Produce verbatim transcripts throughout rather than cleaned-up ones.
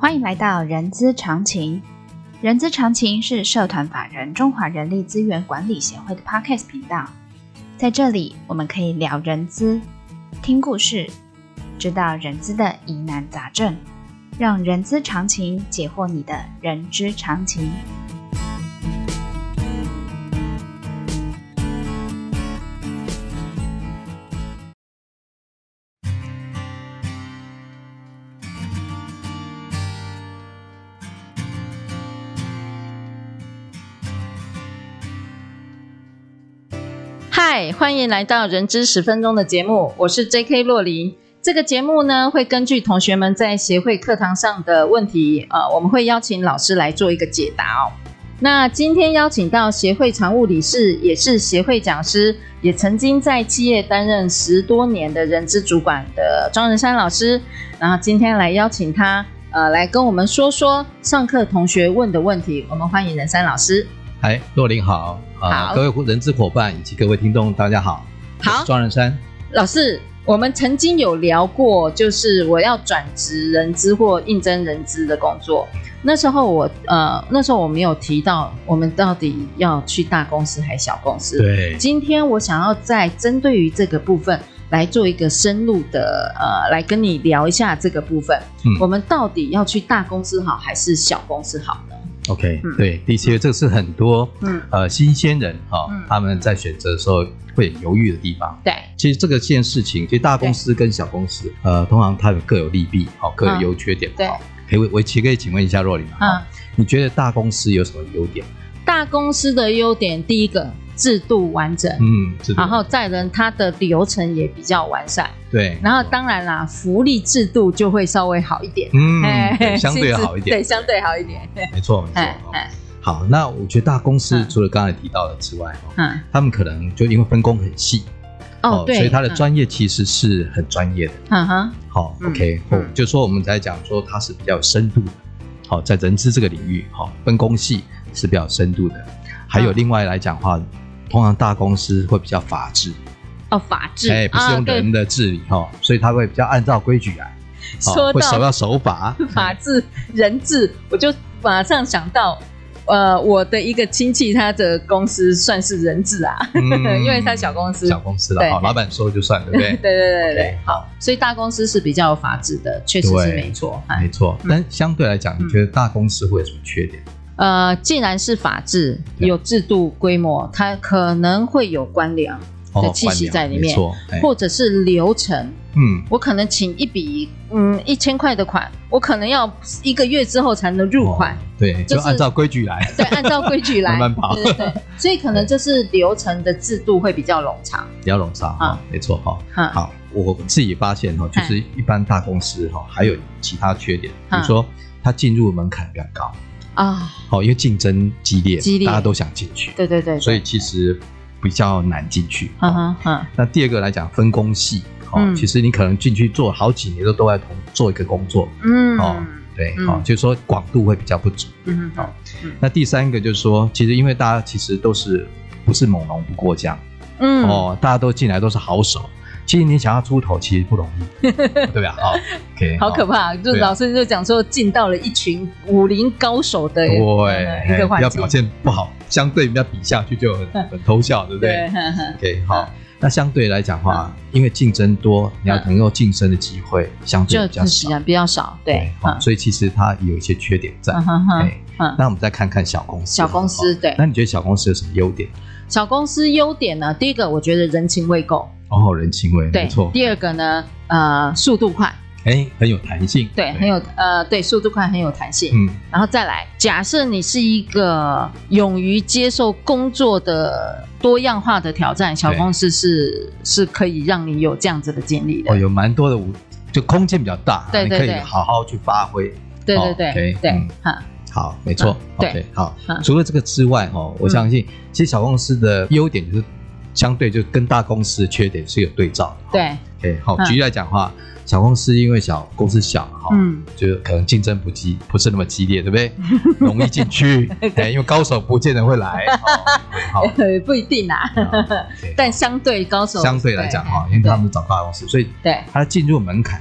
欢迎来到人资常情。人资常情是社团法人中华人力资源管理协会的 Podcast 频道，在这里我们可以聊人资，听故事，知道人资的疑难杂症，让人资常情解惑你的人之常情。 嗨，欢迎来到人资十分钟的节目，我是 J K 洛琳。这个节目呢，会根据同学们在协会课堂上的问题，呃，我们会邀请老师来做一个解答哦。那今天邀请到协会常务理事，也是协会讲师，也曾经在企业担任十多年的人资主管的庄仁山老师，然后今天来邀请他，呃，来跟我们说说上课同学问的问题。我们欢迎仁山老师。 嗨，洛琳好，呃、 好， 各位人资伙伴以及各位听众大家好。 好， 我是庄仁山老师，我们曾经有聊过，就是我要转职人资或应征人资的工作。那时候我呃，那时候我没有提到我们到底要去大公司还是小公司。 对， 今天我想要再针对于这个部分来做一个深入的呃，来跟你聊一下这个部分。嗯，我们到底要去大公司好还是小公司好呢 ？OK， 嗯、 对，的确，这是很多嗯呃新鲜人哈、哦嗯，他们在选择的时候会犹豫的地方。 对， 其实这个件事情，其实大公司跟小公司，呃，通常它有各有利弊，好、哦，各有优缺点。 对， 可以，我其实可以请问一下若琳吗？嗯，你觉得大公司有什么优点？ 大公司的优点，第一个制度完整， 嗯， 然后再呢，它的流程也比较完善。 对， 然后当然啦，福利制度就会稍微好一点， 嗯，相对好一点， 对，相对好一点， 没错没错。好，那我觉得大公司除了刚才提到的之外，嗯，他们可能就因为分工很细， 哦，对， 所以他的专业其实是很专业的。 嗯哼， 好 ，OK，嗯，就是说我们在讲说它是比较有深度的。好，在人资这个领域，好，分工细是比较有深度的。还有另外来讲的话，通常大公司会比较法治。 哦，法治， 哎，不是用人的治理哈、啊，所以他会比较按照规矩来， 说到会守要守法， 法治、人治，我就马上想到，呃，我的一个亲戚，他的公司算是人治啊，嗯、因为他小公司， 小公司了，好，老板说就算了，对不对？ 对对对对， okay, 好，所以大公司是比较有法治的，确实是没错， 没错。但相对来讲，你觉得大公司会有什么缺点？ 呃，既然是法治，有制度规模，它可能会有官僚的气息在里面，哦、或者是流程。嗯，我可能请一笔嗯一千块的款，我可能要一个月之后才能入款。哦、 对，就按照规矩来。 对，按照规矩来， 慢慢跑。 对对对，所以可能就是流程的制度会比较冗长， 比较冗长啊、哦，没错哈、哦。好，我自己发现哈，就是一般大公司哈，还有其他缺点，比如说它进入门槛比较高。啊，好，因为竞争激烈，激烈，大家都想进去， 对对 对, 对， 所以其实比较难进去。嗯哼嗯。 那第二个来讲，分工细，哦、嗯，其实你可能进去做好几年都都在同做一个工作，嗯，哦，对，嗯、哦，就是说广度会比较不足，嗯好、哦嗯。那第三个就是说，其实因为大家其实都是不是猛龙不过江，嗯，哦，大家都进来都是好手。其实你想要出头其实不容易，对吧？好 ，OK， 好可怕！就老师就讲说，进到了一群武林高手的对、呃、一个环境， 要表现不好，相对人家比下去就很很偷笑，对不对？对 ，OK， 好。那相对来讲的话，因为竞争多，你要能够晋升的机会相对比较少， 比较少，对， 好，所以其实它有一些缺点在。那我们再看看小公司， 小公司对， 那你觉得小公司有什么优点？ 小公司优点呢？第一个，我觉得人情味够。 哦，人情味，没错。 第二个呢，呃，速度快， 哎，很有弹性， 对，很有呃，对，速度快，很有弹性。嗯，然后再来，假设你是一个勇于接受工作的多样化的挑战，小公司是是可以让你有这样子的建立的。 哦，有蛮多的，就空间比较大， 对对对， 你可以好好去发挥。 对对对， okay, 对， 嗯， 哈。 好，没错。 对 ，OK， 好。除了这个之外，哦，我相信其实小公司的优点就是相对就跟大公司的缺点是有对照的。 对 ，OK， 好。举例来讲的话，小公司因为小公司小，哈，嗯，就可能竞争不激，不是那么激烈，对不对？容易进去，哎，因为高手不见得会来。好， 不一定啊，但相对高手相对来讲哈，因为他们找大公司，所以对它的进入门槛就不会那么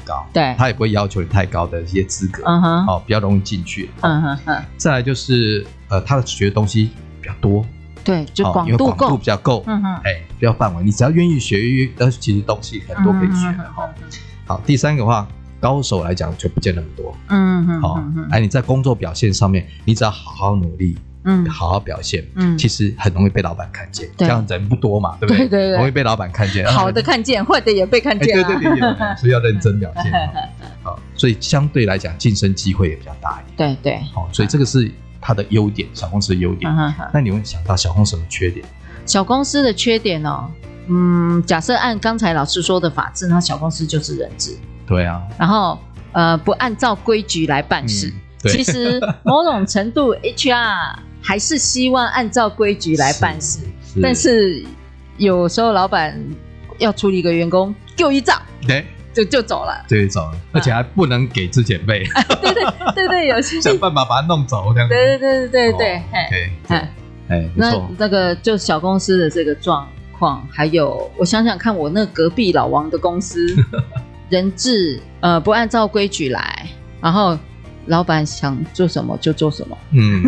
高， 对， 他也不会要求你太高的一些资格，嗯哼，哦，比较容易进去， 嗯哼哼。 再来就是呃，他的学的东西比较多， 对，就广度够， 因为广度比较够，嗯哼，哎，比较范围，你只要愿意学，但是其实东西很多可以学的哈。好，第三个的话，高手来讲就不见那么多，嗯哼，好，哎，你在工作表现上面，你只要好好努力。嗯，好好表现，嗯，其实很容易被老板看见，这样人不多嘛，对不对？对对对，容易被老板看见， 好的看见，坏的也被看见、啊， 对对对，所以要认真表现，好，所以相对来讲晋升机会也比较大一点， 对对， 好，所以这个是它的优点，小公司的优点。嗯、那你会想到小公司什么缺点？ 小公司的缺点哦，嗯，假设按刚才老师说的法制，那小公司就是人治， 对啊， 然后呃不按照规矩来办事，嗯、其实某种程度 H R。还是希望按照规矩来办事，是是但是有时候老板要处理一个员工，给我一照，对，就就走了， 对，走了，而且还不能给资遣费， 对对对对，有些想办法把他弄走，这样子， 对对对对对， 对，哎哎， 那那个就小公司的这个状况，还有我想想看，我那隔壁老王的公司，人治呃不按照规矩来，然后老板想做什么就做什么，嗯。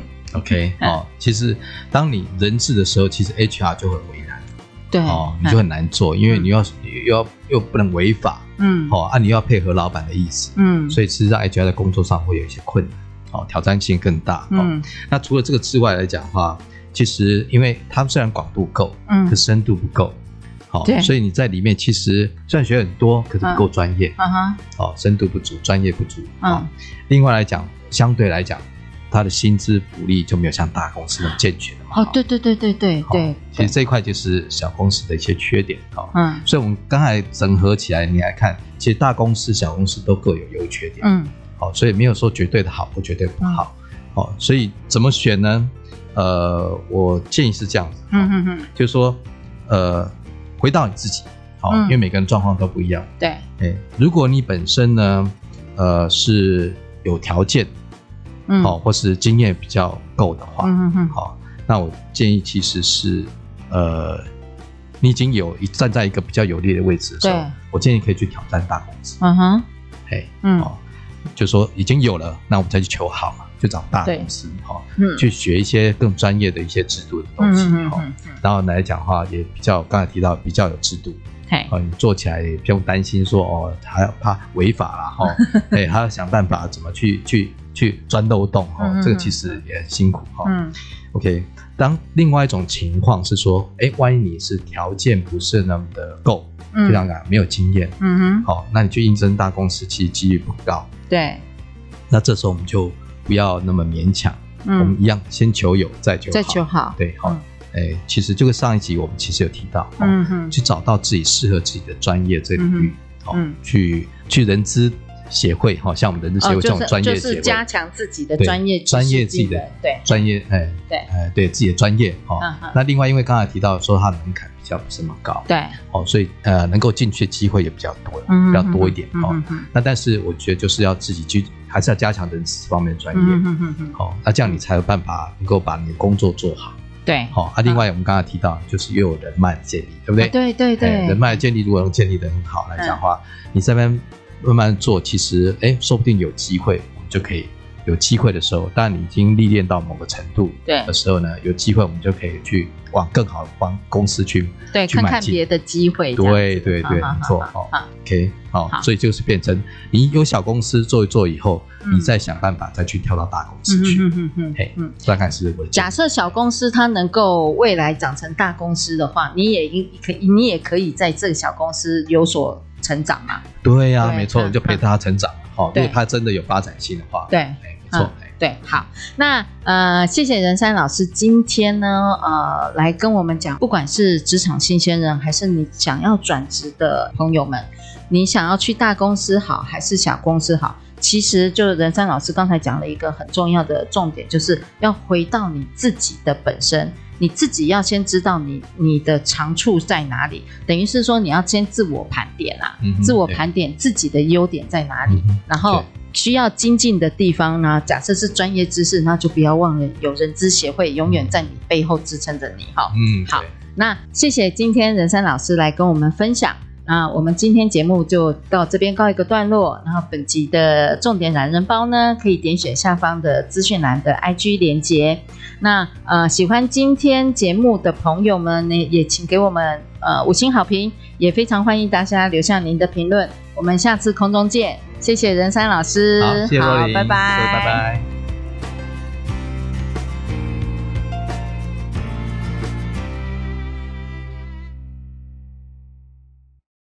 OK， 哦，其实当你人治的时候，其实 H R 就很为难， 对， 哦，你就很难做，因为你要、嗯、又要又不能违法，嗯，哦，啊，你又要配合老板的意思，嗯，所以其实在 H R 的工作上会有一些困难，哦，挑战性更大，嗯、哦，那除了这个之外来讲的话，其实因为他们虽然广度够，嗯，可深度不够，好、哦，所以你在里面其实虽然学很多，可是不够专业，嗯哼，哦，深度不足，专业不足，嗯、哦，另外来讲，相对来讲。他的薪资福利就没有像大公司那么健全了嘛？ 哦，对对对对对对， 其实这一块就是小公司的一些缺点哈。嗯，所以我们刚才整合起来，你来看，其实大公司、小公司都各有优缺点。嗯，好，所以没有说绝对的好或绝对不好。哦，所以怎么选呢？呃，我建议是这样子。嗯嗯嗯，就是说，呃，回到你自己，好，因为每个人状况都不一样。 对， 哎，如果你本身呢，呃，是有条件。嗯，好，或是经验比较够的话，嗯嗯好，那我建议其实是，呃，你已经有站在一个比较有利的位置的时候，我建议可以去挑战大公司。嗯哼，嘿，嗯，哦，就说已经有了，那我们再去求好嘛，就找大公司，哈，嗯，去学一些更专业的一些制度的东西，哈，然后来讲的话也比较刚才提到比较有制度。哦，你做起来也不用担心说哦，还要怕违法啦，哈、哦，哎，还要想办法怎么去去去钻漏洞，哈、哦，这个其实也很辛苦，哈、哦。嗯 OK， 当另外一种情况是说，哎，万一你是条件不是那么的够，就这样讲没有经验，嗯哼，好、哦，那你去应征大公司，其实几率不高， 对。 那这时候我们就不要那么勉强，嗯、我们一样先求有，再求好， 再求好， 对，好。嗯哎，其实就跟上一集我们其实有提到，哦嗯、哼去找到自己适合自己的专业这领域，嗯嗯、哦，去去人资协会，哈、哦，像我们人资协会这种专业协会， 哦就是、就是加强自己的专业专业自己的对专业，哎，对，哎，对自己的专业，哦，嗯、那另外因为刚才提到说它的门槛比较不是那么高， 对， 哦，所以呃能够进去的机会也比较多，嗯、比较多一点，嗯、哦，嗯、那但是我觉得就是要自己去，还是要加强人资方面的专业，嗯嗯嗯、哦，那这样你才有办法能够把你的工作做好。 对， 好、哦、啊。另外，我们刚才提到，就是又有人脉的建立，对不对？ 啊、对对对， 人脉的建立如果能建立得很好来讲的话，嗯、你这边慢慢做，其实哎，说不定有机会，我们就可以有机会的时候，当然你已经历练到某个程度的时候呢，有机会我们就可以去往更好的帮公司去对去看看别的机会， 对对对，没错，好 ，OK， 好，所以就是变成你有小公司做一做以后。你再想办法再去跳到大公司去，嗯嗯嗯嘿，嗯，大概是我的。 假设小公司它能够未来长成大公司的话，你也可以，你也可以在这个小公司有所成长嘛。 对呀、啊，没错，你就陪他成长，好、嗯，如果他真的有发展性的话， 对， 没错、嗯， 对，好，那呃，谢谢仁山老师今天呢，呃，来跟我们讲，不管是职场新鲜人，还是你想要转职的朋友们，你想要去大公司好，还是小公司好？其实就仁山老师刚才讲了一个很重要的重点，就是要回到你自己的本身，你自己要先知道你你的长处在哪里，等于是说你要先自我盘点啊，嗯、自我盘点自己的优点在哪里，嗯、然后需要精进的地方呢，假设是专业知识，那就不要忘了有人资协会永远在你背后支撑着你哈。嗯，好，那谢谢今天仁山老师来跟我们分享。 那我们今天节目就到这边告一个段落，然后本集的重点懒人包呢，可以点选下方的资讯栏的 I G 连结。那呃，喜欢今天节目的朋友们呢，也请给我们呃五星好评，也非常欢迎大家留下您的评论。我们下次空中见，谢谢仁山老师， 好，谢谢若琳， 拜拜， 拜拜。